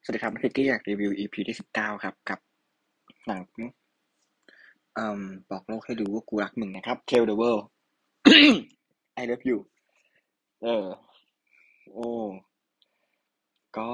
วัสดีครับนี่คือกี้อยากรีวิว EP ที่19ครับกับหนังบอกโลกให้รู้ว่ากูรักมึงนะครับ Tell the world I love you เออโอ้ก็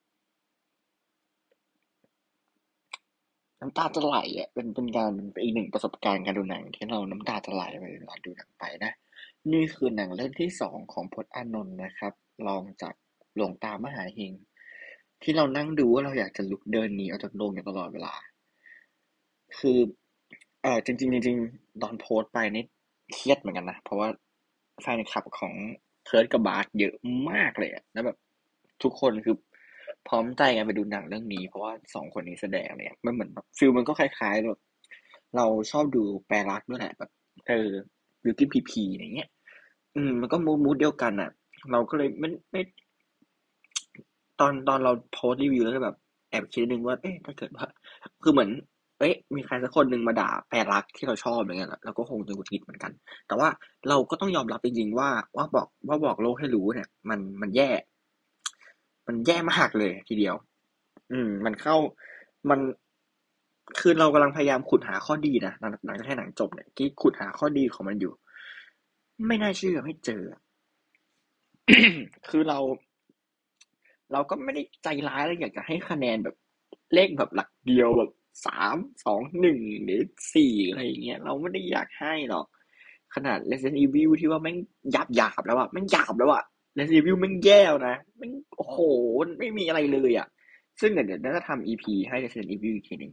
น้ำตาจะไหลอ่ะเป็นการเป็นอีกหนึ่งประสบการณ์การดูหนังที่เราน้ำตาจะไหลไปเวลาดูหนังไปนะนี่คือหนังเรื่องที่2ของพจน์อานนท์นะครับรองจากหลวงตามหาเฮงที่เรานั่งดูว่าเราอยากจะลุกเดินหนีออกจากโรงอยู่ตลอดเวลาคือ จริงตอนโพสต์ไปนี่เครียดเหมือนกันนะเพราะว่าแฟนคลับของเคิร์ตกับบาสเยอะมากเลยอะแล้วแบบทุกคนคือพร้อมใจกันไปดูหนังเรื่องนี้เพราะว่า2 คนนี้แสดงเนี่ยมันเหมือนแบบฟิลมันก็คล้ายๆแบบเราชอบดูแปรรักด้วยแหละแบบบิวกิ้นพีพีอย่างเงี้ยมันก็มูดเดียวกันอ่ะเราก็เลยไม่ตอนเราโพสต์รีวิวแล้วก็แบบแอบคิดนิดนึงว่าเอ๊ะถ้าเกิดว่าคือเหมือน เอ้ยมีใครสักคนหนึ่งมาด่าแฟนรักที่เราชอบอย่างเงี้ยเราก็คงจะหงุดหงิดเหมือนกันแต่ว่าเราก็ต้องยอมรับจริงๆว่าบอกโลกให้รู้เนี่ยมันแย่มากเลยทีเดียวมันเข้ามันคือเรากำลังพยายามขุดหาข้อดีนะหลังจากให้หนังจบเนี่ยกี้ขุดหาข้อดีของมันอยู่ไม่น่าเชื่อไม่เจอคือเราก็ไม่ได้ใจร้ายเลยอยากจะให้คะแนนแบบเลขแบบหลักเดียวแบบ3 2 1หรือ4อะไรอย่างเงี้ยเราไม่ได้อยากให้หรอกขนาด Resident Evil ที่ว่าแม่งหยาบแล้วอะแม่งหยาบแล้วอะ Resident Evil แม่งแย่แล้วนะแม่งโอ้โหไม่มีอะไรเลยอะซึ่งเดี๋ยวน่าจะทำ EP ให้ Resident Evil อีกทีหนึ่ง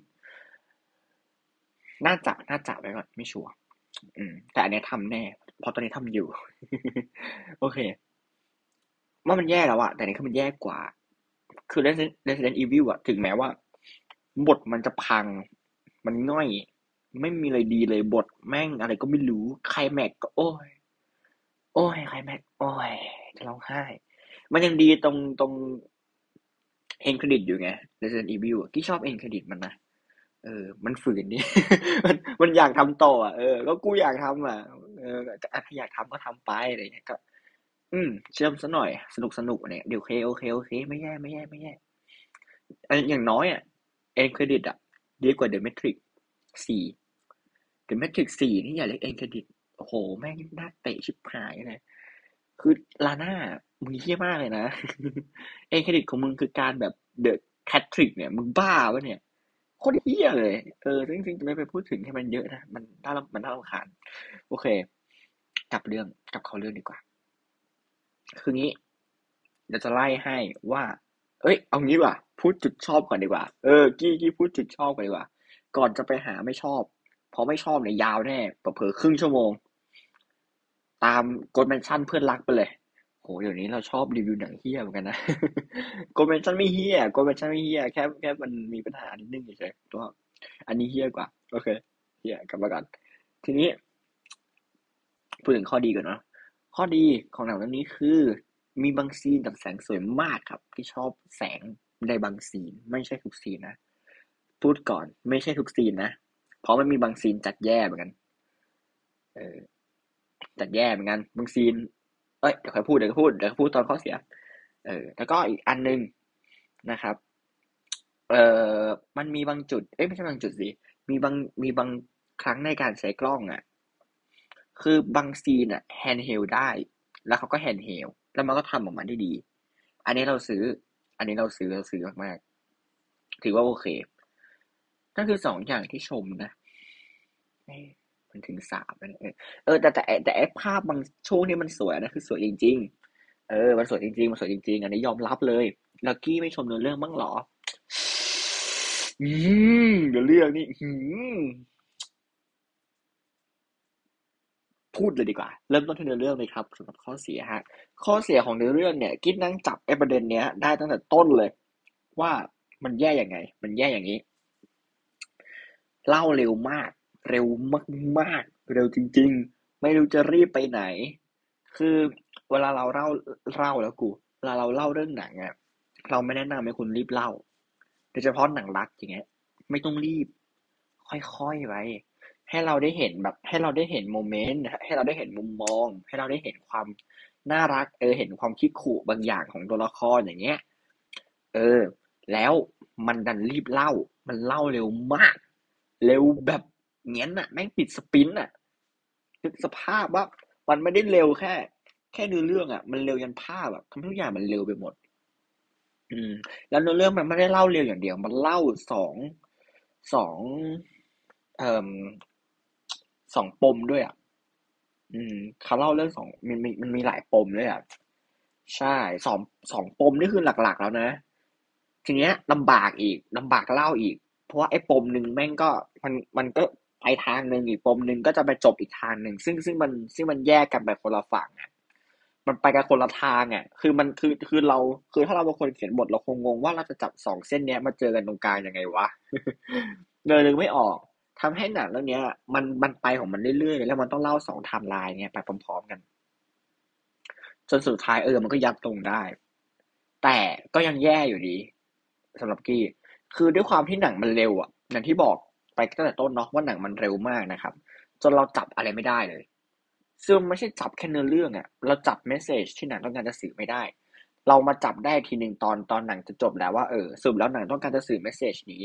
น่าจะไว้ก่อนไม่ชัวร์แต่อันเนี้ยทำแน่เพราะตอนนี้ทำอยู่โอเคว่ามันแย่แล้วอะแต่อันนี้คือมันแย่กว่า คือ Resident Evil อะถึงแม้ว่าบทมันจะพังมันง่อยไม่มีอะไรดีเลยบทแม่งอะไรก็ไม่รู้ไคลแม็กก็โอ้ยไคลแม็กโอ้ยจะร้องไห้มันยังดีตรงเอ็นเครดิตอยู่ไง Resident Evil อะที่ชอบเอ็นเครดิตมันนะมันฝืนดิ มันอยากทำต่ออ่ะก็กูอยากทำอ่ะถ้าอยากทำก็ทำไปอะไรอย่างเงี้ยก็เชื่อมซะหน่อยสนุกเนี่ยเดี๋ยวโอเคไม่แย่อันอย่างน้อยอ่ะเอ็นเครดิตอ่ะดีกว่าเดอะแมทริก4เดอะแมทริก4นี่อย่าเรียกเอ็นเครดิตโอ้โหแม่งน่าเตะชิบหายเลยคือลาน่ามึงเฮี้ยมากเลยนะเอ็นเครดิตของมึงคือการแบบเดอะแคทริกเนี่ยมึงบ้าวะเนี่ยโคตรเฮี้ยเลยจริงๆจะไม่ไปพูดถึงให้มันเยอะนะมันน่ารำคาญโอเคกลับเข้าเรื่องดีกว่าคืองี้ เดี๋ยวจะไล่ให้ว่าเอางี้ว่ะพูดจุดชอบก่อนดีกว่ากี้พูดจุดชอบก่อนดีกว่าก่อนจะไปหาไม่ชอบเพราะไม่ชอบเนี่ยยาวแน่เผลอๆครึ่งชั่วโมงตามกดเมนชั่นเพื่อนรักไปเลยโหเดี๋ยวนี้เราชอบรีวิวหนังเฮี้ยเหมือนกันนะกดเมนชั่นไม่เฮี้ยกดเมนชั่นไม่เฮี้ยแค่มันมีปัญหานิดนึงเฉยๆตัวอันนี้เฮี้ยกว่าโอเคเฮี้ยกลับมากันทีนี้พูดถึงข้อดีก่อนเนาะข้อดีของหนังเรื่องนี้คือ มีบางซีนกับแสงสวยมากครับที่ชอบแสงในบางซีนไม่ใช่ทุกซีนนะพูดก่อนไม่ใช่ทุกซีนนะเพราะมันมีบางซีนจัดแย่เหมือนกันเออจัดแย่เหมือนกันบางซีนเดี๋ยวค่อยพูดตอนข้อเสียแล้วก็อีกอันนึงนะครับเออมันมีบางจุดไม่ใช่บางจุดสิมีบางมีบางครั้งในการใช้กล้องอ่ะคือบางซีนอ่ะแฮนด์เฮลได้แล้วเขาก็แฮนด์เฮลแล้วมันก็ทำออกมาได้ดีอันนี้เราซื้อเราซื้อมากๆถือว่าโอเค นั่นคือ2 อย่างที่ชมนะเอ๊ะมันถึง3แล้วเนี่ยแต่ไอ้ภาพบางช่วงที่มันสวยนะคือสวยจริงๆมันสวยจริงๆมันสวยจริงๆอันนี้ยอมรับเลยลักกี้ไม่ชมเนื้อเรื่องบ้างเหรอเดี๋ยวเรื่องนี่พูดเลยดีกว่าเริ่มต้นที่เนื้อเรื่องเลยครับสำหรับข้อเสียฮะข้อเสียของเนื้อเรื่องเนี่ยกิ๊ดนั่งจับไอ้ประเด็นเนี้ยได้ตั้งแต่ต้นเลยว่ามันแย่ยังไงมันแย่อย่างนี้ เล่าเร็วมากเร็วมากๆเร็วจริงๆไม่รู้จะรีบไปไหนคือเวลาเราเล่าแล้วเวลาเราเล่าเรื่องหนังอะเราไม่แนะนำให้คุณรีบเล่าโดยเฉพาะหนังรักอย่างเงี้ยไม่ต้องรีบค่อยๆไปให้เราได้เห็นแบบให้เราได้เห็นโมเมนต์ให้เราได้เห็นมุมมองให้เราได้เห็นความน่ารักเห็นความคิดขู่บางอย่างของตัวละครอย่างเงี้ยเออแล้วมันดันรีบเล่ามันเล่าเร็วมากเร็วแบบเงี้ยน่ะแม่งปิดสปรินต์อ่ะนึกสภาพว่ามันไม่ได้เร็วแค่เนื้อเรื่องอ่ะมันเร็วยันภาพแบบทำให้ทุกอย่างมันเร็วไปหมดอืมแล้วเนื้อเรื่องมันไม่ได้เล่าเร็วอย่างเดียวมันเล่าสองเอ่อสองปมด้วยอ่ะเขาเล่าเรื่องสองมันมีหลายปมด้วยอ่ะ ใช่สองปมนี่คือหลักๆแล้วนะทีเนี้ยลำบากเล่าอีกเพราะว่าไอ้ปมหนึ่งแม่งก็มันก็ไปทางหนึ่งอีกปมหนึ่งก็จะไปจบอีกทางหนึ่งซึ่งมันแยกกันไปคนละฝั่งอ่ะมันไปกันคนละทางอ่ะคือถ้าเราเป็นคนเขียนบทเราคงงงว่าเราจะจับสองเส้นเนี้ยมาเจอกันตรงกลางยังไงวะเลยนึกไม่ออกทำให้หนังเรื่องเนี้ยมันไปของมันเรื่อยๆแล้วมันต้องเล่าสองไทม์ไลน์เนี่ยไปพร้อมๆกันจนสุดท้ายมันก็ยัดตรงได้ แต่ก็ยังแย่อยู่ดีสำหรับกี้คือด้วยความที่หนังมันเร็วอ่ะอย่างที่บอกไปตั้งแต่ต้นเนาะว่าหนังมันเร็วมากนะครับจนเราจับอะไรไม่ได้เลยซึ่งไม่ใช่จับแค่เนื้อเรื่องอ่ะเราจับเมสเซจที่หนังต้องการจะสื่อไม่ได้เรามาจับได้ทีหนึ่งตอนหนังจะจบแล้วว่าสรุปแล้วหนังต้องการจะสื่อเมสเซจนี้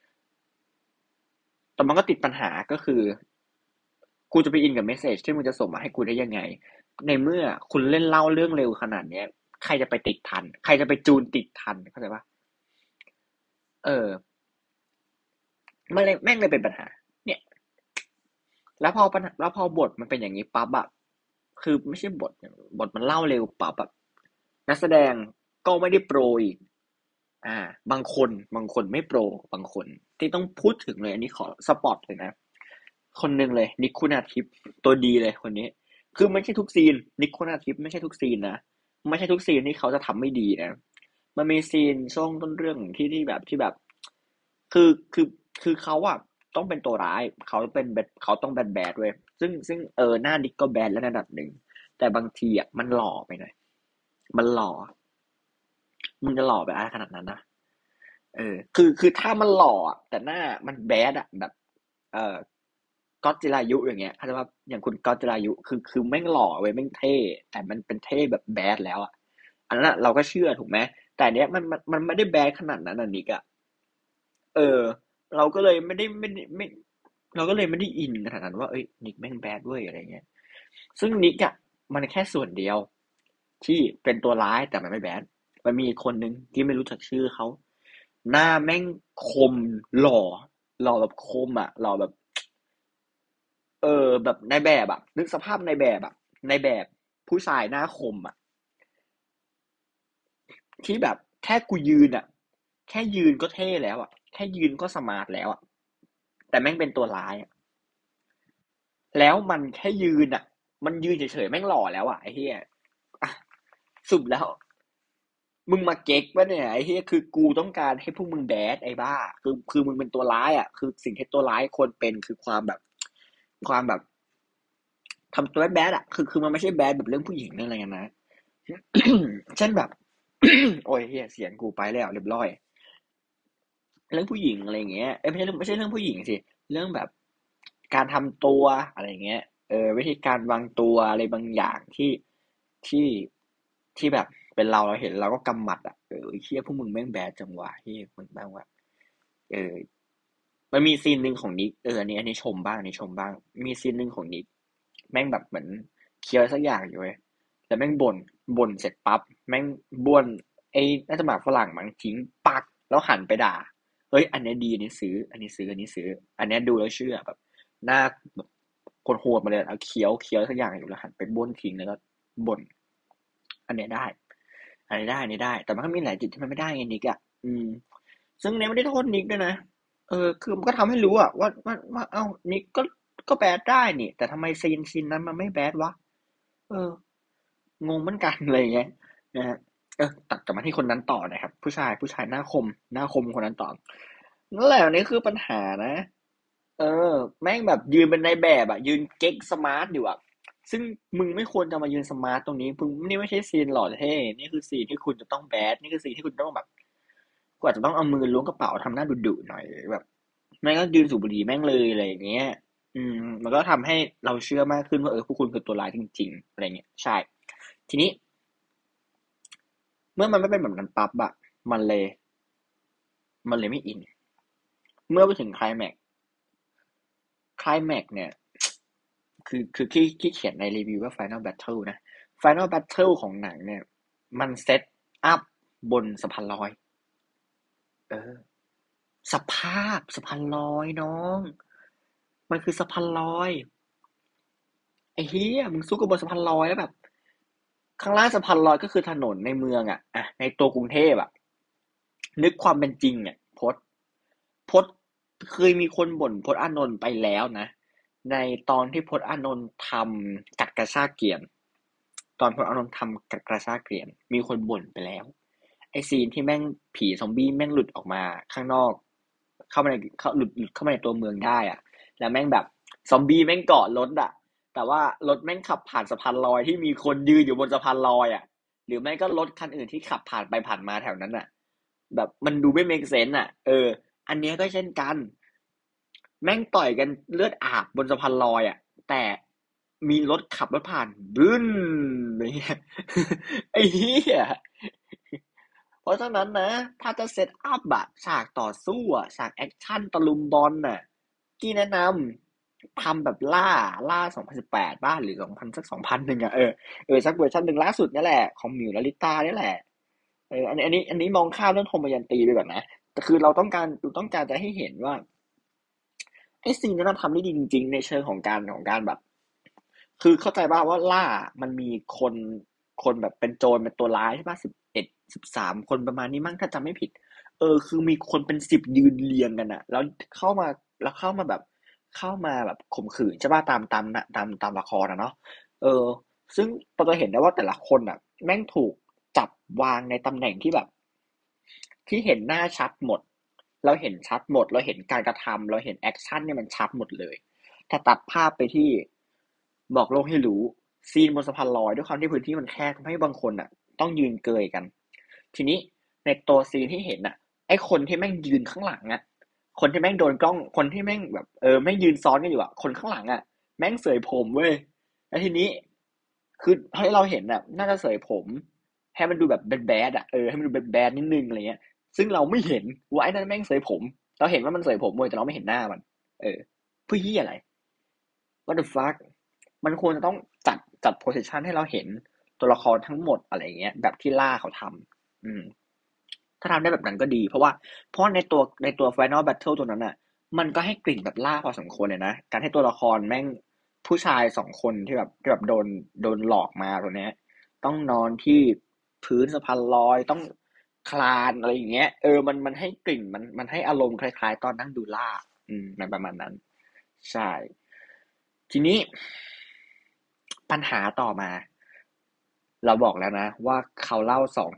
แต่มันก็ติดปัญหาก็คือกูจะไปอินกับเมสเซจที่มึงจะส่งมาให้กูได้ยังไงในเมื่อคุณเล่นเล่าเรื่องเร็วขนาดเนี้ยใครจะไปติดทันใครจะไปจูนติดทันเข้าใจปะเออ มันเลยแม่งเลยเป็นปัญหาเนี่ยแล้วพอบทมันเป็นอย่างนี้ปั๊บอะคือไม่ใช่บทมันเล่าเร็วปั๊บแบบนักแสดงก็ไม่ได้โปรอีกอ่าบางคนไม่โปรบางคนที่ต้องพูดถึงเลยอันนี้ขอสปอตเลยนะคนหนึ่งเลยนิกคุณาทิพย์ตัวดีเลยคนนี้คือไม่ใช่ทุกซีนนิกคุณาทิพย์ไม่ใช่ทุกซีนนะไม่ใช่ทุกซีนที่เขาจะทำไม่ดีนะมันมีซีนช่วงต้นเรื่องที่แบบคือคือคือเขาอะต้องเป็นตัวร้ายเขาต้องแบดเว้ยซึ่งหน้านิกก็แบดแล้วในระดับหนึ่งแต่บางทีอะมันหล่อไปหน่อยมันหล่อมึงจะหล่อไปอะไรขนาดนั้นนะ คือถ้ามันหล่ออะแต่หน้ามันแบดอะแบบเอ่อก๊อตจิรายุอย่างเงี้ยเขาใจว่าอย่างคุณก๊อตจิรายุคือแม่งหล่อเว้ยแม่งเท่แต่มันเป็นเท่แบบแบดแล้วอะอันนั้นอะเราก็เชื่อถูกไหมแต่อันเนี้ยมันไม่ได้แบดขนาดนั้นอ่ะนิกอะเออเราก็เลยไม่เราก็เลยไม่ได้อินขนาดนั้นว่าเอ้ยนิกแม่งแบดเว้ยอะไรเงี้ยซึ่งนิกอะมันแค่ส่วนเดียวที่เป็นตัวร้ายแต่มันไม่แบดมันมีอีกคนนึงที่ไม่รู้จักชื่อเขาหน้าแม่งคมหล่อหล่อแบบคมอ่ะหล่อแบบแบบในแบบอ่ะนึกสภาพในแบบอ่ะในแบบผู้ชายหน้าคมอ่ะที่แบบแค่กูยืนอ่ะแค่ยืนก็เท่แล้วอ่ะแค่ยืนก็สมาร์ทแล้วอ่ะแต่แม่งเป็นตัวร้ายอ่ะแล้วมันแค่ยืนอ่ะมันยืนเฉยๆแม่งหล่อแล้วอ่ะไอ้เหี้ยอ่ะสุดแล้ว มึงมาเก๊กปะเนี่ยไอ้เหี้ยคือกูต้องการให้พวกมึงแบดไอ้บ้าคือมึงเป็นตัวร้ายอ่ะคือสิ่งที่ตัวร้ายควรเป็นคือความแบบทำตัวแบดอ่ะคือมันไม่ใช่แบดแบบเรื่องผู้หญิงเรื่องอะไรกันนะเช่นแบบโอ้ยเฮียเสียงกูไปแล้วเรียบร้อยเรื่องผู้หญิงอะไรอย่างเงี้ยไม่ใช่เรื่องผู้หญิงสิเรื่องแบบการทำตัวอะไรอย่างเงี้ยวิธีการวางตัวอะไรบางอย่างที่ที่แบบเป็นเราเห็นเราก็กำหมัดอ่ะไอ้เชี่ยพวกมึงแม่งแบดจังหวะเฮียมึงแม่งว่าเออมันมีซีนหนึ่งของนิกอันนี้ชมบ้างอันนี้ชมบ้างมีซีนหนึ่งของนิกแม่งแบบเหมือนเคี้ยวสักอย่างอยู่เว้ยแต่แม่งบ่นเสร็จปั๊บแม่งบ้วนไอ้น่าจะหมากฝรั่งมั้งทิ้งปักแล้วหันไปด่าเฮ้ยอันนี้ดีอันนี้ซื้ออันนี้ซื้ออันนี้ซื้ออันนี้ดูแล้วเชื่อแบบหน้าแบบคนโหดมาเลยเอาเคี้ยวสักอย่างอยู่แล้วหันไปบ้วนทิ้งแล้วก็บ่นอันเนี้ยได้ อันนี้ได้แต่มันก็มีหลายจุดที่มันไม่ได้ไงนิกอ่ะซึ่งเนี้ยไม่ได้โทษนิกด้วยนะคือมันก็ทำให้รู้อ่ะว่าเอ้านิกก็แบดได้นี่แต่ทำไมซีนนั้นมันไม่แบดวะเอองงเหมือนกันอะไรอย่างเงี้ยนะฮะตัดกลับมาที่คนนั้นต่อนะครับผู้ชายหน้าคมคนนั้นต่อนั่นแหละนี่คือปัญหานะเออแม่งแบบยืนเป็นในแบบอ่ะยืนเก๊กสมาร์ทอยู่อ่ะซึ่งมึงไม่ควรจะมายืนสมาร์ทตรงนี้มึงนี่ไม่ใช่ซีนหล่อเท่นี่คือซีนที่คุณจะต้องแบดนี่คือซีนที่คุณต้องแบบกูอาจจะต้องเอามือล้วงกระเป๋าทำหน้าดุๆหน่อยแบบแม่งก็ยืนสูบบุหรี่แม่งเลยอะไรอย่างเงี้ยมันก็ทำให้เราเชื่อมากขึ้นว่าพวกคุณคือตัวร้ายจริงๆอะไรเงี้ยใช่ทีนี้เมื่อมันไม่เป็นแบบนั้นปั๊บอะมันเลยมันเลยไม่อินเมื่อไปถึงไคลแม็กเนี่ยคือที่เขียนในรีวิวว่า Final Battle นะ Final Battle ของหนังเนี่ยมันเซตอัพบนสะพานลอยเออสะพานลอยน้องมันคือสะพานลอยไอ้เหี้ยมึงสู้กับบนสะพานลอยแล้วแบบข้างล่างสะพานลอยก็คือถนนในเมืองอ่ะในตัวกรุงเทพนึกความเป็นจริงพจน์เคยมีคนบ่นพจน์อานนท์ไปแล้วนะในตอนที่พจน์อานนท์ทำกัดกระชากเกรียนตอนพจน์อานนท์ทำกัดกระชากเกรียนมีคนบ่นไปแล้วไอซีนที่แม่งผีซอมบี้แม่งหลุดออกมาข้างนอกเข้ามาในหลุดเข้ามาในตัวเมืองได้แล้วแม่งแบบซอมบี้แม่งเกาะรถแต่ว่ารถแม่งขับผ่านสะพานลอยที่มีคนยืนอยู่บนสะพานลอยหรือไม่ก็รถคันอื่นที่ขับผ่านไปผ่านมาแถวนั้นแบบมันดูไม่เมคเซนส์อันเนี้ยก็เช่นกันแม่งต่อยกันเลือดอาบบนสะพานลอยแต่มีรถขับรถผ่านบึ้นอะไรเงี้ยไอ้เหี้ยเพราะฉะนั้นนะถ้าจะเซตอัพฉากต่อสู้ฉากแอคชั่นตะลุมบอลที่แนะนำทำแบบล่า2018บ้างหรือ2000สัก2001สักเวอร์ชันหนึ่งล่าสุดนี่แหละของหมิวลลิตานี่แหละอันนี้มองข้ามเรื่องโทมยันตีไปก่อนนะแต่คือเราต้องการจะให้เห็นว่าไอ้ซีนนั้นทำได้ดีจริงๆในเชิงของการแบบคือเข้าใจป่าว่าล่ามันมีคนแบบเป็นโจรเป็นตัวร้ายใช่ป่ะ11 13 คนประมาณนี้มั้งถ้าจำไม่ผิดคือมีคนเป็น10ยืนเรียงกันแล้วเข้ามาแล้วเข้ามาแบบข่มขืนใช่ป่ะตามละครเนาะเออซึ่งเราจะเห็นได้ว่าแต่ละคนแม่งถูกจับวางในตำแหน่งที่แบบที่เห็นหน้าชัดหมดเราเห็นชัดหมดเราเห็นการกระทำเราเห็นแอคชั่นเนี่ยมันชัดหมดเลยถ้าตัดภาพไปที่บอกโลกให้รู้ซีนบนสะพานลอยด้วยความที่พื้นที่มันแคบทำให้บางคนต้องยืนเกยกันทีนี้ในตัวซีนที่เห็นไอ้คนที่แม่งยืนข้างหลังคนที่แม่งโดนกล้องคนที่แม่งแบบแม่งยืนซ้อนกันอยู่คนข้างหลังแม่งเสยผมเว้ยแล้วทีนี้คือให้เราเห็นน่าจะเสยผมให้มันดูแบบแบดๆให้มันดูแบดๆนิดนึงอะไรเงี้ยซึ่งเราไม่เห็นว่าไอ้นั่นแม่งเสยผมเราเห็นว่ามันเสยผมเว้ยแต่เราไม่เห็นหน้ามันเออเพื่อที่อะไร what the fuck มันควรจะต้องจัด position ให้เราเห็นตัวละครทั้งหมดอะไรเงี้ยแบบที่ล่าเขาทำถ้าทำได้แบบนั้นก็ดีเพราะในตัว Final Battle ตัวนั้นมันก็ให้กลิ่นแบบล่าพอสมควรเลยนะการให้ตัวละครแม่งผู้ชาย2 คนที่แบบโดนหลอกมาตัวเนี้ยต้องนอนที่พื้นสะพานลอยต้องคลานอะไรอย่างเงี้ยมันให้กลิ่นมันให้อารมณ์คล้ายๆตอนนั่งดูล่ามันประมาณนั้นใช่ทีนี้ปัญหาต่อมาเราบอกแล้วนะว่าเขาเล่า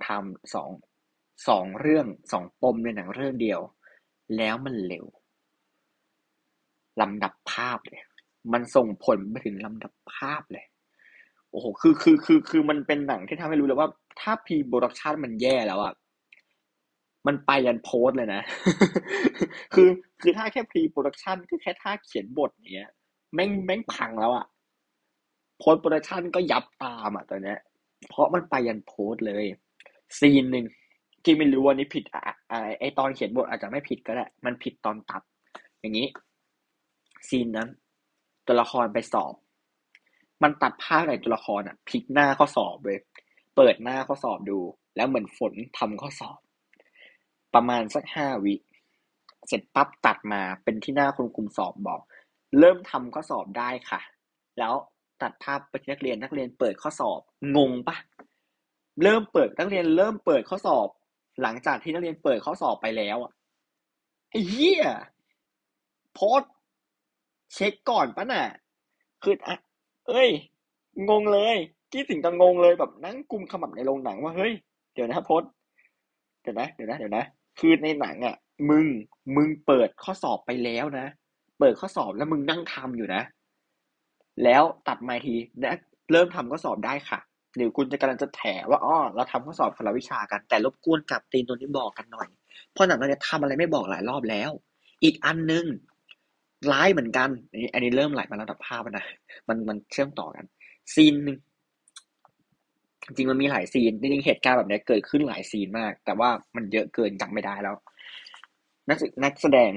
สองเรื่อง2 ปมในหนังเรื่องเดียวแล้วมันเร็วลำดับภาพเลยมันส่งผลไปถึงลำดับภาพเลยโอ้โหคือมันเป็นหนังที่ทำให้รู้เลยว่าถ้าพรีโปรดักชันมันแย่แล้วมันไปยันโพสเลยนะคือคือถ้าแค่พรีโปรดักชันก็แค่ท่าเขียนบทเนี้ยแม่งพังแล้วโพสต์โปรดักชันก็ยับตามตอนเนี้ยเพราะมันไปยันโพสต์เลยซีนหนึ่งที่ไม่รู้ว่านี่ผิดไอตอนเขียนบทอาจจะไม่ผิดก็ได้มันผิดตอนตัดอย่างนี้ซีนนั้นตัวละครไปสอบมันตัดภาพในตัวละครพลิกหน้าข้อสอบเลยเปิดหน้าข้อสอบดูแล้วเหมือนฝนทำข้อสอบประมาณสัก5 วิเสร็จปั๊บตัดมาเป็นที่หน้าคุณคุมสอบบอกเริ่มทำข้อสอบได้ค่ะแล้วตัดภาพไปที่นักเรียนเปิดข้อสอบงงปะนักเรียนเริ่มเปิดข้อสอบหลังจากที่นักเรียนเปิดข้อสอบไปแล้วไอ้เหี้ยโพสต์เช็คก่อนปะน่ะคือเอ้ยงงเลยกี้ถึงกับงงเลยแบบนั่งกุมขมับในโรงหนังว่าเฮ้ยเดี๋ยวนะโพสต์เดี๋ยวนะคือในหนังมึงมึงเปิดข้อสอบไปแล้วนะเปิดข้อสอบแล้วมึงนั่งทำอยู่นะแล้วตัดมาทีนะเริ่มทำข้อสอบได้ค่ะหรือคุณจะกำลังจะแถว่าเราทำข้อสอบคนละวิชากันแต่รบกวนกลับตีนตัวนี้บอกกันหน่อยเพราะหนังเราเนี่ยทำอะไรไม่บอกหลายรอบแล้วอีกอันนึงร้ายเหมือนกันอันนี้เริ่มไหลมาแล้วดับภาพนะมันเชื่อมต่อกันซีนหนึ่งจริงๆมันมีหลายซีนจริงๆเหตุการณ์แบบนี้เกิดขึ้นหลายซีนมากแต่ว่ามันเยอะเกินจำไม่ได้แล้วนักแสดง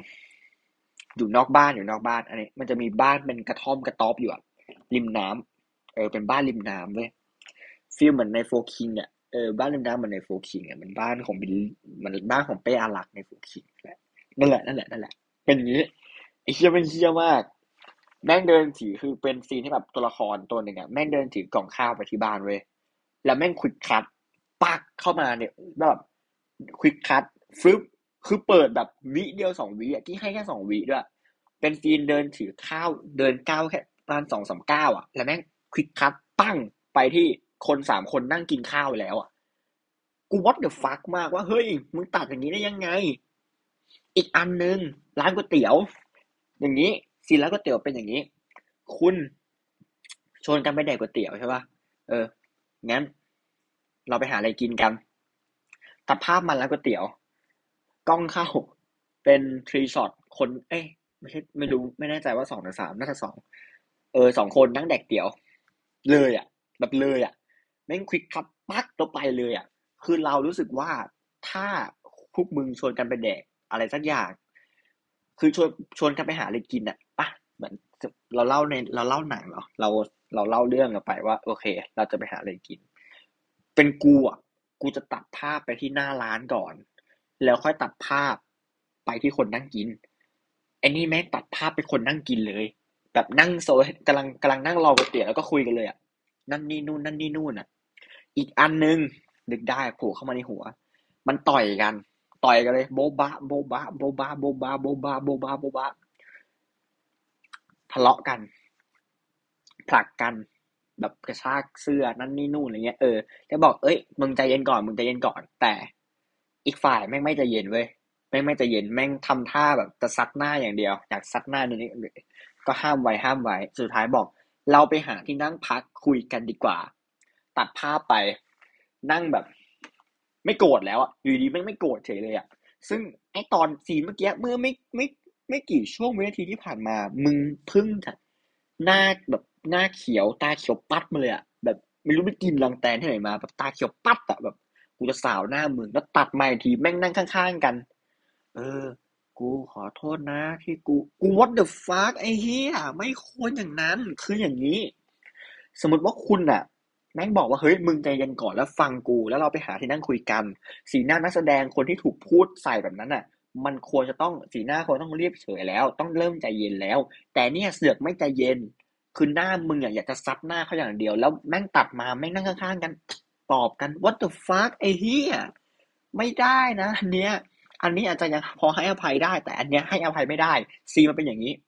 อยู่นอกบ้านอันนี้มันจะมีบ้านเป็นกระท่อมกระต๊อบอยู่อะริมน้ำเป็นบ้านริมน้ำเว้ยฟีลเหมือนในโฟคิงอะบ้านริมน้ำเหมือนในโฟคิงอะมันบ้านของบิลมันบ้านของเป้อารักษ์ในโฟคิงแหละนั่นแหละเป็นอย่างนี้ไอ้เชี่ยเป็นเชี่ยมากแม่งเดินถือคือเป็นซีนที่แบบตัวละครตัวหนึ่งอะแม่งเดินถือกล่องข้าวไปที่บ้านเว้ยแล้วแม่งควิกคัทปักเข้ามาเนี่ยแบบควิกคัทฟึบคือเปิดแบบวิเดียว2 วิอะที่ให้แค่2 วิด้วยเป็นซีนเดินถือข้าวเดินก้าวแค่ประมาณ2-3 ก้าวอะแล้วแม่งควิกคัทปั้งไปที่คน3 คนนั่งกินข้าวแล้วอะกู what the fuck มากว่าเฮ้ยมึงตัดอย่างนี้ได้ยังไงอีกอันนึงร้านก๋วยเตี๋ยวอย่างนี้ซีนร้านก๋วยเตี๋ยวเป็นอย่างนี้คุณชวนกันไปแดกก๋วยเตี๋ยวใช่ป่ะเอองั้นเราไปหาอะไรกินกันตัดภาพมันร้านก๋วยเตี๋ยวกล้องเข้าเป็นทรีช็อตคนไม่ใช่ไม่รู้ไม่แน่ใจว่า2 หรือ 3น่าจะ22 คนนั่งแดกเตี๋ยวเลยอ่ะแบบเลยอ่ะแม่งควิกคัทปักแล้วไปเลยอ่ะคือเรารู้สึกว่าถ้าพวกมึงชวนกันไปแดกอะไรสักอย่างคือชวนกันไปหาอะไรกินอ่ะปะเหมือนเราเล่าหนังเหรอเราเล่าเรื่องกันไปว่าโอเคเราจะไปหาอะไรกินเป็นกูอ่ะกูจะตัดภาพไปที่หน้าร้านก่อนแล้วค่อยตัดภาพไปที่คนนั่งกินไอ้นี่แม่งตัดภาพไปคนนั่งกินเลยแบบนั่งโซยกำลังนั่งรอก๋วยเตี๋ยวแล้วก็คุยกันเลยอ่ะนั่นนี่นู่นนั่นนี่นู่นอ่ะอีกอันนึงนึกได้โผล่เข้ามาในหัวมันต่อยกันเลยโบบะโบบะโบบะโบบะโบบะโบบะโบบะทะเลาะกันผลักกันแบบกระชากเสื้อนั่นนี่นู่นอะไรเงี้ยแล้วบอกมึงใจเย็นก่อนมึงใจเย็นก่อนแต่อีกฝ่ายแม่งไม่ใจเย็นเว้ยแม่งใจเย็นแม่งทำท่าแบบจะซัดหน้าอย่างเดียวอยากซัดหน้านี่ก็ห้ามไว้สุดท้ายบอกเราไปหาที่นั่งพักคุยกันดีกว่าตัดภาพไปนั่งแบบไม่โกรธแล้วอ่ะอยู่ดีไม่โกรธเฉยเลยอ่ะซึ่งไอตอนซีนเมื่อกี้เมื่อไม่กี่ช่วงวินาทีที่ผ่านมามึงเพึ่งจะหน้าแบบหน้าเขียวตาเขียวปัดมาเลยอ่ะแบบไม่รู้ไปกินรังแตนที่ไหนมาแบบตาเขียวปัดอ่ะแบบกูจะสาวหน้ามึงแล้วตัดมาอีกทีแม่งนั่งข้างๆกันเออกูขอโทษนะที่กู what the fuck ไอ้เหี้ยไม่ควรอย่างนั้นคืออย่างนี้สมมติว่าคุณอ่ะแม่งบอกว่าเฮ้ยมึงใจเย็นก่อนแล้วฟังกูแล้วเราไปหาที่นั่งคุยกันสีหน้านักแสดงคนที่ถูกพูดใส่แบบนั้นอ่ะมันควรจะต้องสีหน้าควรต้องเรียบเฉยแล้วต้องเริ่มใจเย็นแล้วแต่เนี่ยเสือกไม่ใจเย็นคือหน้ามึงอยากจะซัดหน้าเขาอย่างเดียวแล้วแม่งตัดมาแม่งนั่งข้างๆกันตอบกัน what the fuck ไอ้เหี้ยไม่ได้นะอันนี้อาจจะยังพอให้อภัยได้แต่อันเนี้ยให้อภัยไม่ได้ซีมันเป็นอย่างนี้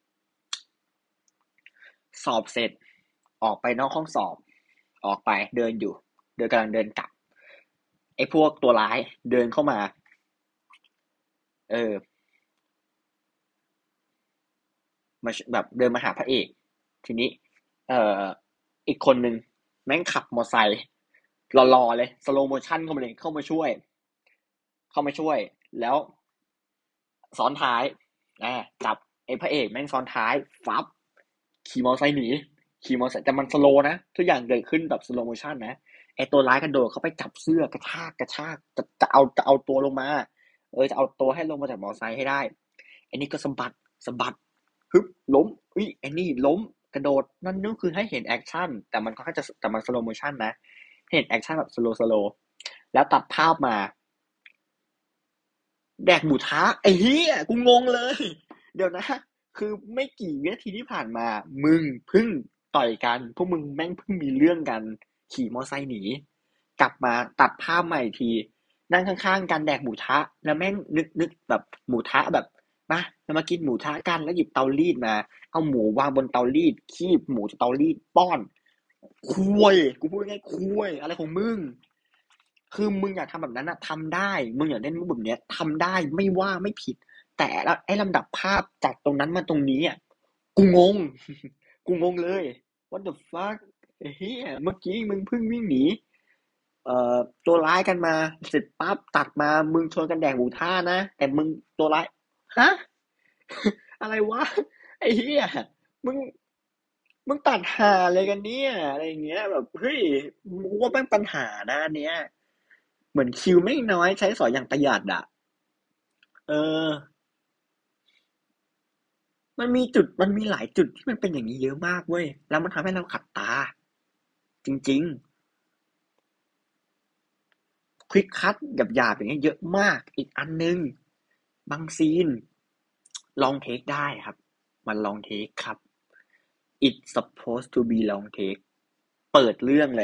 สอบเสร็จออกไปนอกห้องสอบออกไปเดินอยู่กำลังเดินกลับไอ้พวกตัวร้ายเดินเข้ามาเออมาแบบเดินมาหาพระเอกทีนี้เอ่ออีกคนนึงแม่งขับมอไซค์รอเลยสโลโมชั่นเข้ามาเลยเข้ามาช่วยแล้วซ้อนท้ายอ่าจับไอ้พระเอกแม่งซ้อนท้ายฟับ ขี่มอไซค์หนีขี่มอไซค์แต่มันสโลว์นะทุกอย่างเกิดขึ้นแบบสโลโมชันนะไอตัวร้ายกระโดดเข้าไปจับเสื้อกระชากจะเอาตัวลงมาจะเอาตัวให้ลงมาจากมอไซค์ให้ได้ไอ้นี่ก็สะบัดฮึบล้มไอ้นี่ล้มกระโดดนั่นคือให้เห็นแอคชั่นแต่มันก็แค่จะแต่มันสโลโมชันนะเห็นแอคชั่นแบบสโลว์แล้วตัดภาพมาแดกหมูท้าไอ้เหี้ยกูงงเลยเดี๋ยวนะ คือไม่กี่วินาทีที่ผ่านมา มึงเพิ่งต่อยกัน พวกมึงแม่งเพิ่งมีเรื่องกัน ขี่มอไซค์หนี กลับมาตัดภาพใหม่ที นั่งข้างๆกันแดกหมูทะแล้วแม่งนึกแบบหมูทะแบบมาเรามากินหมูทะกันแล้วหยิบเตารีดมา เอาหมูวางบนเตารีดคีบหมูจากเตารีดป้อนคุยกูพูดง่ายๆคุยอะไรของมึง คือมึงอยากทำแบบนั้นอะทำได้มึงอยากเล่นมุกแบบเนี้ยทำได้ไม่ว่าไม่ผิดแต่ละไอ้ลำดับภาพจากตรงนั้นมาตรงนี้อ่ะกูงงกูงงเลย what the fuck ไอ้เฮียเมื่อกี้มึงเพิ่งวิ่งหนีเอ่อตัวร้ายกันมาเสร็จปั๊บตัดมามึงชนกันแดกหมูท่านะแต่มึงตัวร้ายฮะอะไรวะไอ้เฮียมึงมึงตัดหาอะไรกันเนี่ยอะไรอย่างเงี้ยแบบเฮ้ยมึงว่าแม่งปัญหานะอันเนี้ย เหมือนคิวไม่น้อยใช้สอยอย่างประหยัดอ่ะเออมันมีหลายจุดที่มันเป็นอย่างนี้เยอะมากเว้ยแล้วมันทำให้เราขัดตาจริงๆควิกคัตหยาบๆอย่างเงี้ยเยอะมากอีกอันนึงบางซีนลองเทคได้ครับมันลองเทคครับ it's supposed to be long take เปิดเรื่องเลย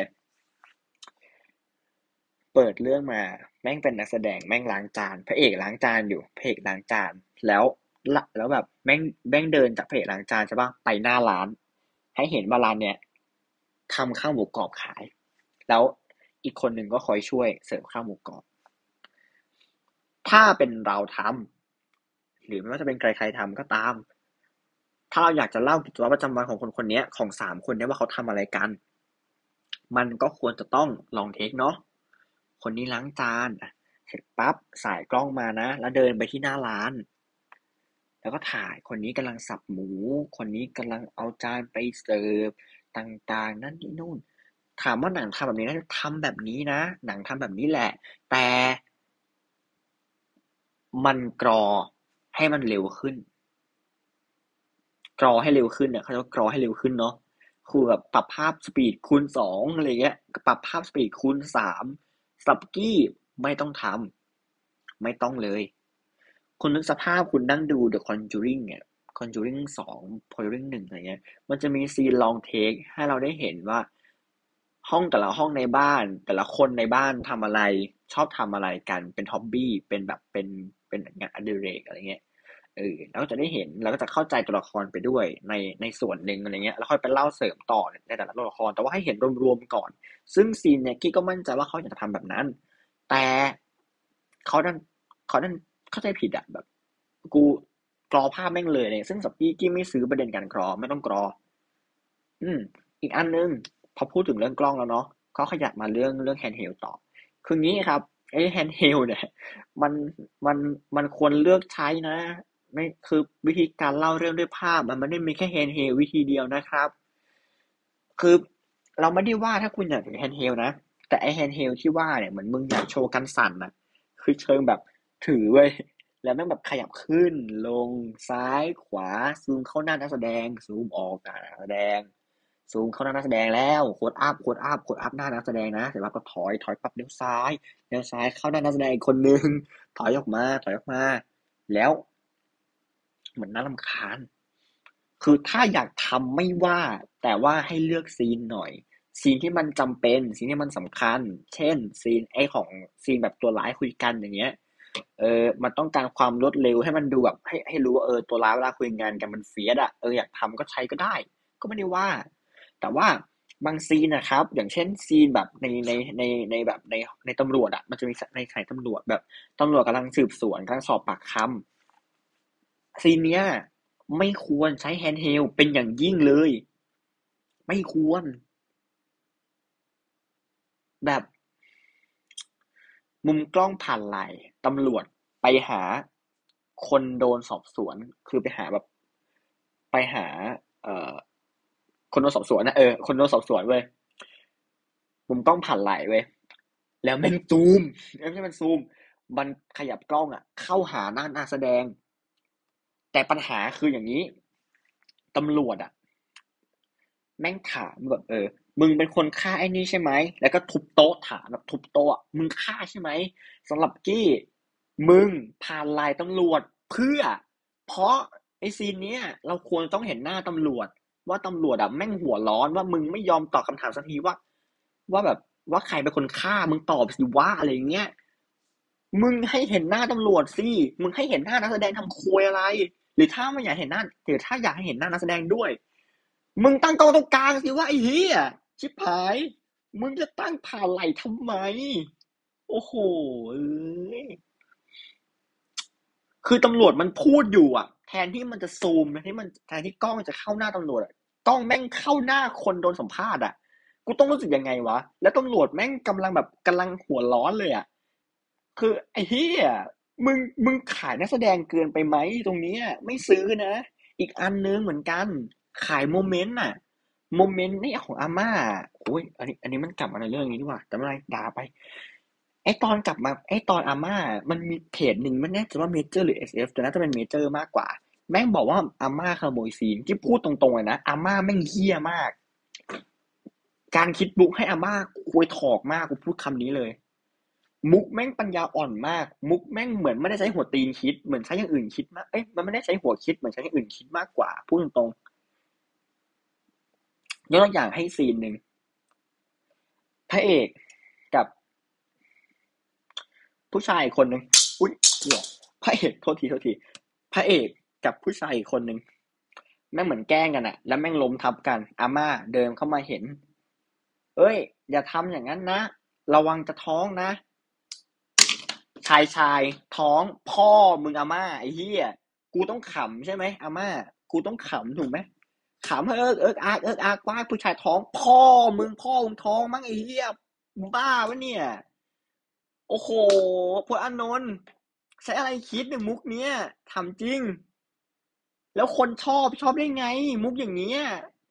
เปิดเรื่องมาแม่งเป็นนักแสดงแม่งล้างจานพระเอกล้างจานอยู่พระเอกล้างจานแล้วแล้วแบบแม่งเดินจากพระเอกล้างจานใช่ปะไปหน้าร้านให้เห็นว่าร้านเนี้ยทำข้าวหมูกรอบขายแล้วอีกคนหนึ่งก็คอยช่วยเสิร์ฟข้าวหมูกรอบถ้าเป็นเราทำหรือไม่ว่าจะเป็นใครๆทำก็ตามถ้าเราอยากจะเล่ากิจวัตรประจำวันของคนคนนี้ของสามคนนี้ว่าเขาทำอะไรกันมันก็ควรจะต้องลองเทคเนาะ คนนี้ล้างจานเสร็จปั๊บสายกล้องมานะแล้วเดินไปที่หน้าร้านแล้วก็ถ่ายคนนี้กำลังสับหมูคนนี้กำลังเอาจานไปเสิร์ฟต่างๆนั่นนี่นู่นถามว่าหนังทำแบบนี้นะทำแบบนี้นะหนังทำแบบนี้แหละแต่มันกรอให้มันเร็วขึ้นกรอให้เร็วขึ้นเนี่ยเขาเรียกว่ากรอให้เร็วขึ้นเนาะคือแบบปรับภาพสปีดคูณ2อะไรเงี้ยปรับภาพสปีดคูณ3สับกี้ไม่ต้องทำไม่ต้องเลย คุณนึกสภาพคุณนั่งดู The Conjuring เนี่ย Conjuring 2 Conjuring 1อะไรเงี้ยมันจะมีซีนลองเทคให้เราได้เห็นว่าห้องแต่ละห้องในบ้านแต่ละคนในบ้านทำอะไรชอบทำอะไรกันเป็นฮ็อบบี้เป็นแบบเป็นงานอดิเรกอะไรเงี้ยแล้วก็จะได้เห็นแล้วก็จะเข้าใจตัวละครไปด้วยในส่วนหนึ่งอะไรเงี้ยแล้วค่อยไปเล่าเสริมต่อในแต่ละตัวละครแต่ว่าให้เห็นรวมๆก่อนซึ่งซีนเนี่ยกี้ก็มั่นใจว่าเขาอยากจะทำแบบนั้นแต่เขาดันเขาดันเข้าใจผิดอะแบบ กูกรอภาพแม่งเลยเนี่ยซึ่งสับกี้ไม่ซื้อประเด็นการกรอไม่ต้องกรออืมอีกอันนึงพอพูดถึงเรื่องกล้องแล้วเนาะก็ขยับมาเรื่องแฮนด์เฮลต่อคืองี้ครับไอ้แฮนด์เฮลเนี่ยมันมันมันควรเลือกใช้นะไม่คือวิธีการเล่าเรื่องด้วยภาพมันไม่ได้มีแค่แฮนด์เฮลวิธีเดียวนะครับคือเราไม่ได้ว่าถ้าคุณอยากถือแฮนด์เฮลนะแต่ไอแฮนด์เฮลที่ว่าเนี่ยเหมือนมึงอยากโชว์กันสั่นนะคือเชิงแบบถือเว้ย แล้วแม่งแบบขยับขึ้นลงซ้ายขวาซูมเข้าหน้านักแสดงซูมออกหน้านักแสดงซูมเข้าหน้านักแสดงแล้วโค้ดอัพหน้านักแสดงนะเสร็จแล้วก็ถอยปั๊บเลี้ยวซ้ายเข้าหน้านักแสดงอีกคนนึงถอยออกมาแล้วเหมือนน่ารำคาญคือถ้าอยากทำไม่ว่าแต่ว่าให้เลือกซีนหน่อยซีนที่มันจำเป็นซีนที่มันสำคัญเช่นซีนไอของซีนแบบตัวร้ายคุยกันอย่างเงี้ย มันต้องการความรวดเร็วให้มันดูแบบให้รู้ว่าตัวร้ายเวลาคุยงานกันมันเฟียสอ่ะอยากทำก็ใช้ก็ได้ก็ไม่ได้ว่าแต่ว่าบางซีนนะครับอย่างเช่นซีนแบบในแบบในตำรวจอ่ะมันจะมีในสายตำรวจแบบตำรวจกำลังสืบสวนกำลังสอบปากคำซีนเนี้ยไม่ควรใช้แฮนด์เฮลเป็นอย่างยิ่งเลยไม่ควรแบบมุมกล้องผ่านไหล่ตำรวจไปหาคนโดนสอบสวนคือไปหาแบบ ไปหาเอ่อคนโดนสอบสวนนะคนโดนสอบสวนเว้ยมุมกล้องผ่านไหลเว้ยแล้วแม่งซูมไม่ใช่มันซูมมันขยับกล้องอ่ะเข้าหาหน้านักแสดงแต่ปัญหาคืออย่างนี้ตำรวจอ่ะแม่งถามแบบมึงเป็นคนฆ่าไอ้นี่ใช่ไหมแล้วก็ทุบโต๊ะถามแบบทุบโต๊ะมึงฆ่าใช่ไหมสำหรับกี้มึงผ่านไลน์ตำรวจเพื่อเพราะไอ้ซีนเนี้ยเราควรต้องเห็นหน้าตำรวจว่าตำรวจอะแม่งหัวร้อนว่ามึงไม่ยอมตอบคำถามสักทีว่าแบบว่าใครเป็นคนฆ่ามึงตอบสิว่าอะไรเงี้ยมึงให้เห็นหน้าตำรวจสิมึงให้เห็นหน้านักแสดงทำควยอะไรหรือถ้าไม่อยากเห็นหน้าหรือถ้าอยากให้เห็นหน้านักแสดงด้วย มึงตั้งกล้องตรงกลางสิว่าไอ้เหี้ยชิบหายมึงจะตั้งผ่านไหลทำไมโอ้โหเอ้ยคือตำรวจมันพูดอยู่อ่ะแทนที่มันจะซูมแทนที่กล้องจะเข้าหน้าตำรวจอะกล้องแม่งเข้าหน้าคนโดนสัมภาษณ์อ่ะกูต้องรู้สึกยังไงวะแล้วตำรวจแม่งกำลังหัวร้อนเลยอ่ะคือไอ้เหี้ยมึงขายนักแสดงเกินไปไหมตรงเนี้ยไม่ซื้อนะอีกอันนึงเหมือนกันขายโมเมนต์อ่ะ โมเมนต์นี่ของอาม่าโอ้ยอันนี้มันกลับมาในเรื่องนี้ดีกว่าแต่ไม่เป็นไรด่าไปไอตอนอาม่ามันมีเพจหนึ่งไม่แน่ใจว่าเมเจอร์หรือเอสเอฟแต่น่าจะเป็นเมเจอร์มากกว่าแม่งบอกว่าอาม่าขโมยซีนที่พูดตรงๆเลยนะอาม่าแม่งเหี้ยมากการคิดบุ๊กให้อาม่าควยถอกมากกูพูดคำนี้เลยมุกแม่งปัญญาอ่อนมากมุกแม่งเหมือนไม่ได้ใช้หัวตีนคิดเหมือนใช้อย่างอื่นคิดมากมันไม่ได้ใช้หัวคิดเหมือนใช้อย่างอื่นคิดมากกว่าพูดตรงๆยกตัวอย่างให้ซีนหนึ่งพระเอกกับผู้ชายคนหนึ่งอุ้ยเหี้ยพระเอกโทษทีพระเอกกับผู้ชายอีกคนหนึ่ง แม่งเหมือนแกล้งกันอะแล้วแม่งล้มทับกันอาม่าเดินเข้ามาเห็นเอ้ยอย่าทำอย่างนั้นนะระวังจะท้องนะชายท้องพ่อมึงอาม่าไอ้เหี้ยกูต้องขำใช่ไหมอาม่ากูต้องขำถูกไหมขำเอิกอากว่าผู้ชายท้องพ่อมึงท้องมั้งไอ้เหี้ยบ้าวะเนี่ยโอ้โหพลอานนท์ใช้อะไรคิดเนี่ยมุกเนี้ยทำจริงแล้วคนชอบได้ไงมุกอย่างเนี้ย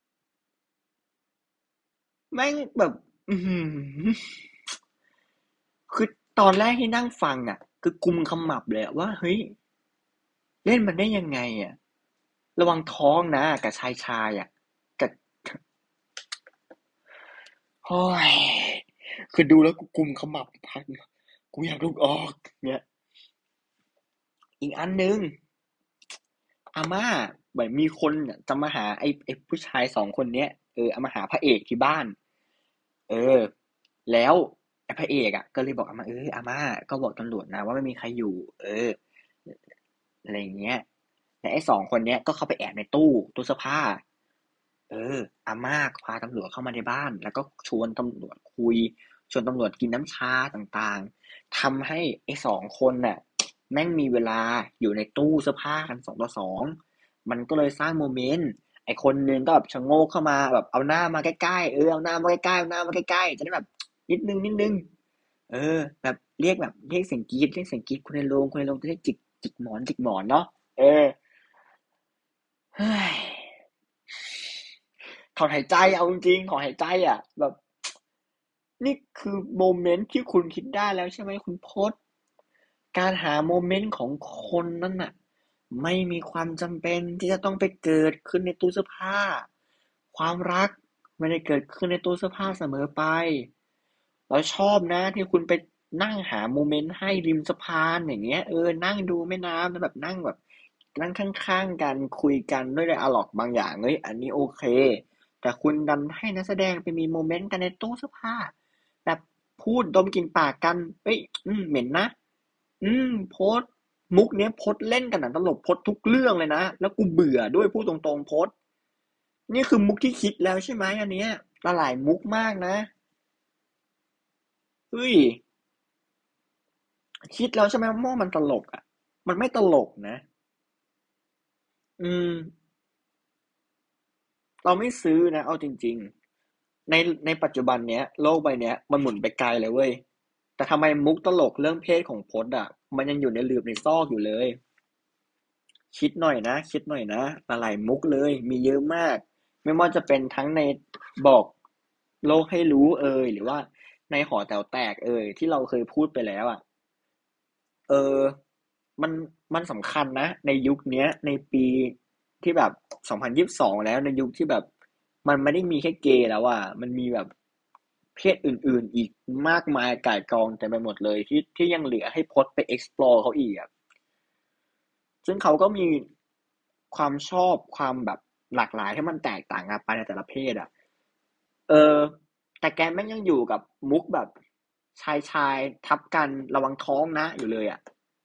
แม่งแบบอือหือคือตอนแรกที่นั่งฟังอ่ะคือกุมขมับเลยอะว่าเฮ้ยเล่นมันได้ยังไงอ่ะระวังท้องนะกับชายอ่ะกับโอ้ยคือดูแล้วกูกุมขมับพักกูอยากลุกออกเนี่ยอีกอันนึงอาม่าเหมือนมีคนจะมาหาไอ้ผู้ชาย2 คนเนี้ยเอามาหาพระเอกที่บ้านเออแล้วไอ้พระเอกอ่ะก็เลยบอกอาม่าอาม่าก็บอกตำรวจนะว่าไม่มีใครอยู่อะไรอย่างเงี้ย และไอ้2 คนเนี้ยก็เข้าไปแอบในตู้เสื้อผ้าอาม่าพาตำรวจเข้ามาในบ้านแล้วก็ชวนตำรวจคุยชวนตำรวจกินน้ำชาต่างๆทำให้ไอ้2 คนน่ะแม่งมีเวลาอยู่ในตู้เสื้อผ้ากัน2 ต่อ 2มันก็เลยสร้างโมเมนต์ไอ้คนนึงก็แบบชะโงกเข้ามาแบบเอาหน้ามาใกล้ๆเอาหน้ามาใกล้ๆเอาหน้ามาใกล้ๆจะได้แบบนิดนึงแบบเรียกเสียงกรี๊ดคุณในโรงจะได้จิกหมอนเนาะเฮ้ย ถอนหายใจเอาจริงๆถอนหายใจอ่ะแบบนี่คือโมเมนต์ที่คุณคิดได้แล้วใช่ไหมคุณพจน์การหาโมเมนต์ของคนนั้นน่ะไม่มีความจำเป็นที่จะต้องไปเกิดขึ้นในตู้เสื้อผ้าความรักไม่ได้เกิดขึ้นในตู้เสื้อผ้าเสมอไปเราชอบนะที่คุณไปนั่งหาโมเมนต์ให้ริมสะพานอย่างเงี้ยนั่งดูแม่น้ำแล้วแบบนั่งแบบนั่งข้างๆกันคุยกันด้วยไดอะล็อกบางอย่างเฮ้ยอันนี้โอเค แต่คุณดันให้นักแสดงไปมีโมเมนต์กันในตู้เสื้อผ้าแบบพูดดมกลิ่นปากกันเอ้ยเหม็นนะโพสต์มุกเนี้ยโพสต์เล่นกันหนังตลกโพสต์ทุกเรื่องเลยนะแล้วกูเบื่อด้วยพูดตรงๆโพสต์นี่คือมุกที่คิดแล้วใช่ไหมอันเนี้ยละหลายมุกมากนะเฮ้ยคิดแล้วใช่ไหมว่ามันตลกอ่ะมันไม่ตลกนะอืมเราไม่ซื้อนะเอาจริงๆในปัจจุบันเนี้ยโลกใบเนี้ยมันหมุนไปไกลเลยเว้ย แต่ทำไมมุกตลกเรื่องเพศของพจน์อ่ะมันยังอยู่ในหลืบในซอกอยู่เลยคิดหน่อยนะหลายๆมุกเลยมีเยอะมากไม่ว่าจะเป็นทั้งในบอกโลกให้รู้หรือว่าในหอแต๋วแตกที่เราเคยพูดไปแล้วอ่ะเออมันมันสำคัญนะในยุคเนี้ยในปีที่แบบ2022แล้วในยุคที่แบบมันไม่ได้มีแค่เกย์แล้วอ่ะมันมีแบบเพศอื่นๆอีกมากมายก่ายกองเต็มไปหมดเลยที่ยังเหลือให้พจน์ไป explore เขาอีกอ่ะซึ่งเขาก็มีความชอบความแบบหลากหลายที่มันแตกต่างกันไปในแต่ละเพศอ่ะเออแต่แกแม่งยังอยู่กับมุกแบบชายทับกันระวังท้องนะอยู่เลยอ่ะ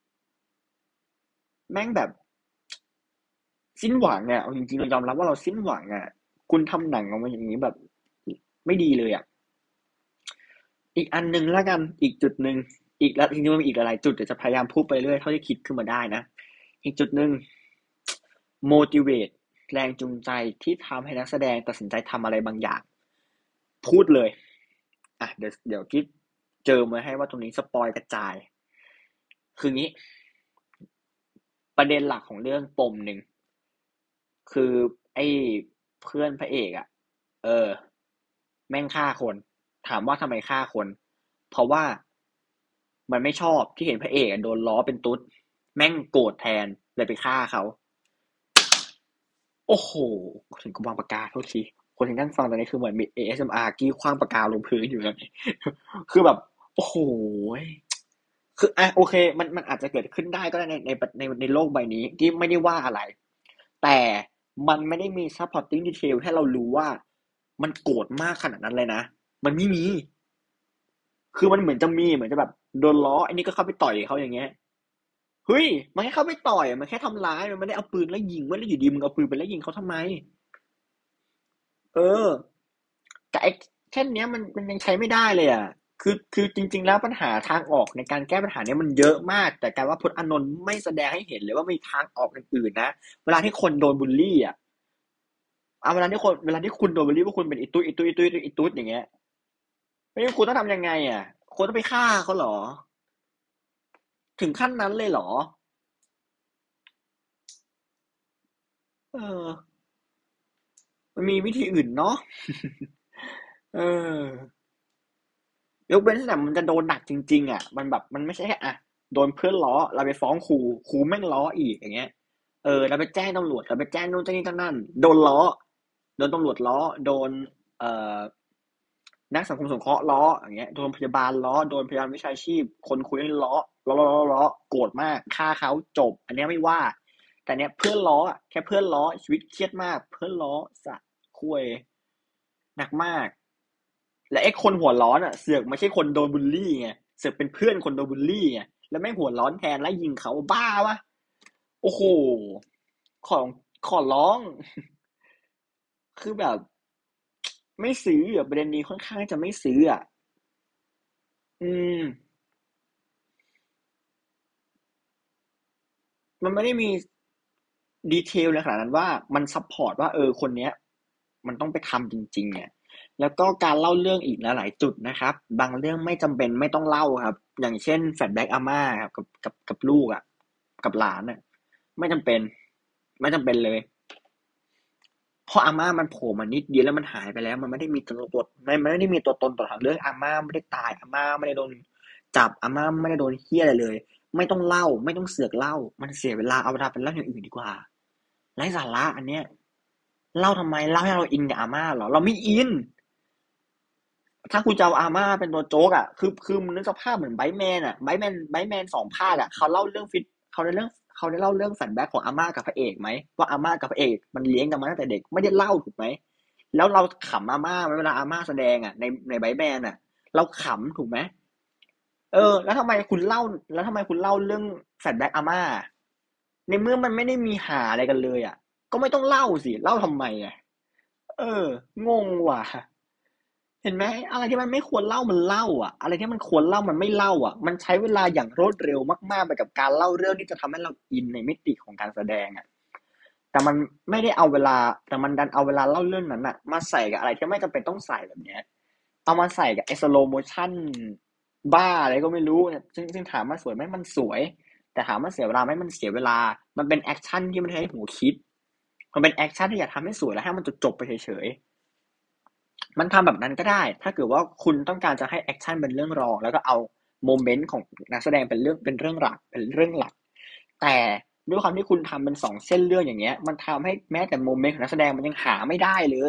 แม่งแบบสิ้นหวังอ่ะเอาจริงๆเรายอมรับว่าเราสิ้นหวังอ่ะคุณทำหนังออกมาอย่างนี้แบบไม่ดีเลยอ่ะอีกอันหนึ่งแล้วกันอีกจุดหนึ่งอีกแล้วจริงๆมันมีอีกหลายๆจุดเดี๋ยวจะพยายามพูดไปเรื่อยเท่าที่คิดขึ้นมาได้นะอีกจุดหนึ่ง motivate แรงจูงใจที่ทำให้นักแสดงตัดสินใจทำอะไรบางอย่างพูดเลยอ่ะเดี๋ยวคิดเจอมาให้ว่าตรงนี้สปอยกระจายคืองี้ประเด็นหลักของเรื่องปมหนึ่ง คือไอ้เพื่อนพระเอกอ่ะเออแม่งฆ่าคนถามว่าทำไมฆ่าคนเพราะว่ามันไม่ชอบที่เห็นพระเอกโดนล้อเป็นตุ๊ดแม่งโกรธแทนเลยไปฆ่าเขาโอ้โหถึงกับวางปากกาโทษทีคนที่นั่งฟังตอนนี้คือเหมือนมี ASMR กี้ขว้างปากกาลงพื้นอยู่แล้วคือแบบโอ้โหคืออ่ะโอเคมันอาจจะเกิดขึ้นได้ก็ได้ในโลกใบนี้ที่ไม่ได้ว่าอะไรแต่มันไม่ได้มี supporting detail ให้เรารู้ว่ามันโกรธมากขนาดนั้นเลยนะมันไม่มีคือมันเหมือนจะมีเหมือนจะแบบโดนล้อไอ้นี่ก็เข้าไปต่อยเขาอย่างเงี้ย เฮ้ยมันแค่เข้าไปต่อยมันแค่ทำร้ายมันไม่ได้เอาปืนแล้วยิงเว้ยแล้วอยู่ดีมึงเอาปืนไปแล้วยิงเขาทำไมเออแต่ไอ้เช่นเนี้ยมันยังใช้ไม่ได้เลยอ่ะคือจริงๆแล้วปัญหาทางออกในการแก้ปัญหาเนี้ยมันเยอะมากแต่การว่าพจน์อานนท์ไม่แสดงให้เห็นเลยว่ามีทางออกอื่นๆนะเวลาที่คนโดนบูลลี่อ่ะเอาเวลาที่คุณโดนบูลลี่ว่าคุณเป็นอีตุ๊ดอีตุ๊ดอีตุ๊ดอีตุ๊ดอย่างเงี้ยไม่รู้คุณต้องทำยังไงอ่ะคุณต้องไปฆ่าเขาเหรอถึงขั้นนั้นเลยเหรอเออมันมีวิธีอื่นเนาะเออ ยกเว้นแต่มันจะโดนหนักจริงๆอ่ะมันแบบมันไม่ใช่แค่อ่ะโดนเพื่อนล้อเราไปฟ้องครูแม่งล้ออีกอย่างเงี้ยเราไปแจ้งตำรวจเราไปแจ้งนู่นแจ้งนี่แจ้งนั่นโดนล้อโดนตำรวจล้อโดนเอ่อนักสังคมสงเคราะห์ล้ออย่างเงี้ยโดนพยาบาลล้อโดนพยาบาลวิชาชีพคนคุยล้อโกรธมากฆ่าเขาจบอันเนี้ยไม่ว่าแต่เนี้ยเพื่อนล้ออะแค่เพื่อนล้อชีวิตเครียดมากเพื่อนล้อสะคุยหนักมาก และไอ้คนหัวร้อนอ่ะเสือกไม่ใช่คนโดนบูลลี่ไงเสือกเป็นเพื่อนคนโดนบูลลี่ไงแล้วแม่งหัวร้อนแทนแล้วยิงเขาบ้าวะโอ้โหขอขอร้องคือแบบไม่ซื้ออ่ะประเด็นนี้ค่อนข้างจะไม่ซื้ออ่ะอืมมันไม่ได้มีดีเทลในขนาดนั้นว่ามันซัพพอร์ตว่าคนเนี้ยมันต้องไปทำจริงๆเนี่ยแล้วก็การเล่าเรื่องอีกหลายๆจุดนะครับบางเรื่องไม่จำเป็นไม่ต้องเล่าครับอย่างเช่นแฟลชแบ็กอาม่าครับกับลูกอ่ะกับหลานอ่ะ ไม่จำเป็นไม่จำเป็นเลยเพราะอาม่ามันโผล่มานิดเดียวแล้วมันหายไปแล้วมันไม่ได้มีตัวไม่ได้มีตัวตนต่อทางเรื่องอาม่าไม่ได้ตายอาม่าไม่ได้โดนจับอาม่าไม่ได้โดนเหี้ยอะไรเลยไม่ต้องเล่าไม่ต้องเสือกเล่ามันเสียเวลาเอาเวลาไปเล่าอย่างอื่นดีกว่าไร้สาระอันเนี้ยเล่าทำไมเล่าให้เราอินกับอาม่าเหรอเราไม่อิน ถ้าคุณจะเอาอาม่าเป็นตัวโจ๊กอ่ะคือมันนึกสภาพเหมือนไบท์แมนสองภาคอ่ะเขาเล่าเรื่องฟิตเขาได้เล่าเรื่องแฟลชแบ็กของอาม่ากับพระเอกไหมว่าอาม่ากับพระเอกมันเลี้ยงกันมาตั้งแต่เด็กไม่ได้เล่าถูกไหมแล้วเราขำอาม่าไหมเวลาอาม่าแสดงอ่ะในไบท์แมนอ่ะเราขำถูกไหมแล้วทำไมคุณเล่าแล้วทำไมคุณเล่าเรื่องแฟลชแบ็กอาม่าในเมื่อมันไม่ได้มีหาอะไรกันเลยอ่ะก็ไม่ต้องเล่าสิเล่าทำไมอ่ะเอองงว่ะ เห็นไหมอะไรที่มันไม่ควรเล่ามันเล่าอ่ะอะไรที่มันควรเล่ามันไม่เล่าอ่ะมันใช้เวลาอย่างรวดเร็วมากๆไปกับการเล่าเรื่องที่จะทำให้เราอินในมิติของการแสดงอ่ะแต่มันไม่ได้เอาเวลาแต่มันดันเอาเวลาเล่าเรื่องนั้นอ่ะมาใส่กับอะไรที่ไม่จำเป็นต้องใส่แบบเนี้ยเอามาใส่กับไอ้สโลโมชั่นบ้าอะไรก็ไม่รู้เนี่ยซึ่งถามว่าสวยไหมมันสวยแต่ถามว่าเสียเวลาไหมมันเสียเวลามันเป็นแอคชั่นที่มันให้หัวคิดมันเป็นแอคชั่นที่อยากทำให้สวยแล้วให้มันจบไปเฉยๆ มันทำแบบนั้นก็ได้ ถ้าเกิดว่าคุณต้องการจะให้แอคชั่นเป็นเรื่องรองแล้วก็เอาโมเมนต์ของนักแสดงเป็นเรื่องหลักแต่ด้วยความที่คุณทำเป็นสองเส้นเรื่องอย่างเงี้ยมันทำให้แม้แต่โมเมนต์ของนักแสดงมันยังหาไม่ได้เลย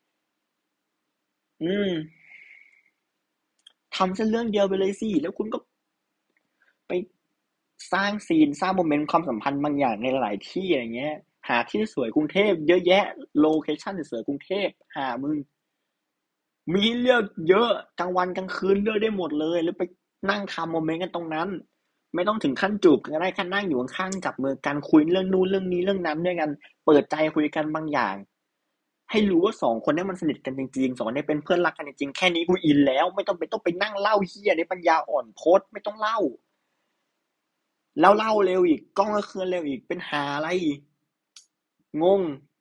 อืมทำเส้นเรื่องเดียวไปเลยสิแล้วคุณก็ไปสร้างซีนสร้างโมเมนต์ความสัมพันธ์บางอย่างในหลายที่อะไรเงี้ยหาที่สวยกรุงเทพเยอะแยะโลเคชั่นสวยกรุงเทพหามึง มีให้เลือกเยอะกลางวันกลางคืนเลือกได้หมดเลยแล้วไปนั่งทำโมเมนต์กันตรงนั้นไม่ต้องถึงขั้นจูบกันก็ได้แค่นั่งอยู่ข้างๆจับมือกันคุยเรื่องนู้นเรื่องนี้เรื่องนั้นด้วยกันเปิดใจคุยกันบางอย่างให้รู้ว่าสองคนนี้มันสนิทกันจริงๆสองคนนี้เป็นเพื่อนรักกันจริงๆแค่นี้กูอินแล้วไม่ต้องไปนั่งเล่าเฮียในปัญญาอ่อนโพสต์ไม่ต้องเล่าแล้วเล่าเร็วอีกกล้องก็เคลื่อนเร็วอีกเป็นหาอะไรงง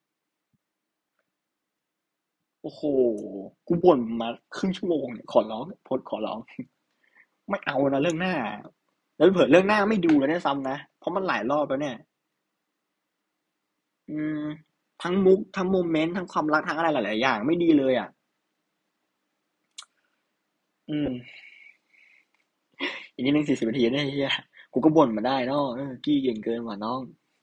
โอ้โหกูบ่นมาครึ่งชั่วโมงเนี่ยขอร้องโพสต์ขอร้อง ไม่เอานะเรื่องหน้าแล้วเผื่อเรื่องหน้าไม่ดูแล้วเนี่ยซ้ำนะเพราะมันหลายรอบแล้วเนี่ยอืมทั้งมุกทั้งโมเมนต์ทั้งความรักทั้งอะไรหลายๆอย่างไม่ดีเลยอ่ะอืมอีกนิดนึง40 นาทีเนี่ยไอ้เฮียกูก็บ่นมาได้เนาะกี้เก่งเกินว่ะน้อง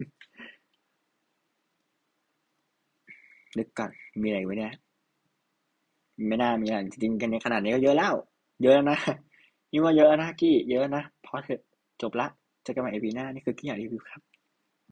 นึกก่อนมีอะไรไว้เนี่ยไม่น่ามีอะไรจริงๆกันในขนาดนี้ก็เยอะแล้วเยอะแล้วนะนี่ว่าเยอะแล้วนะกี้เยอะนะพอเถอะจบละเจอกันใหม่ EP หน้านี่คือกี้อยากรีวิวครับ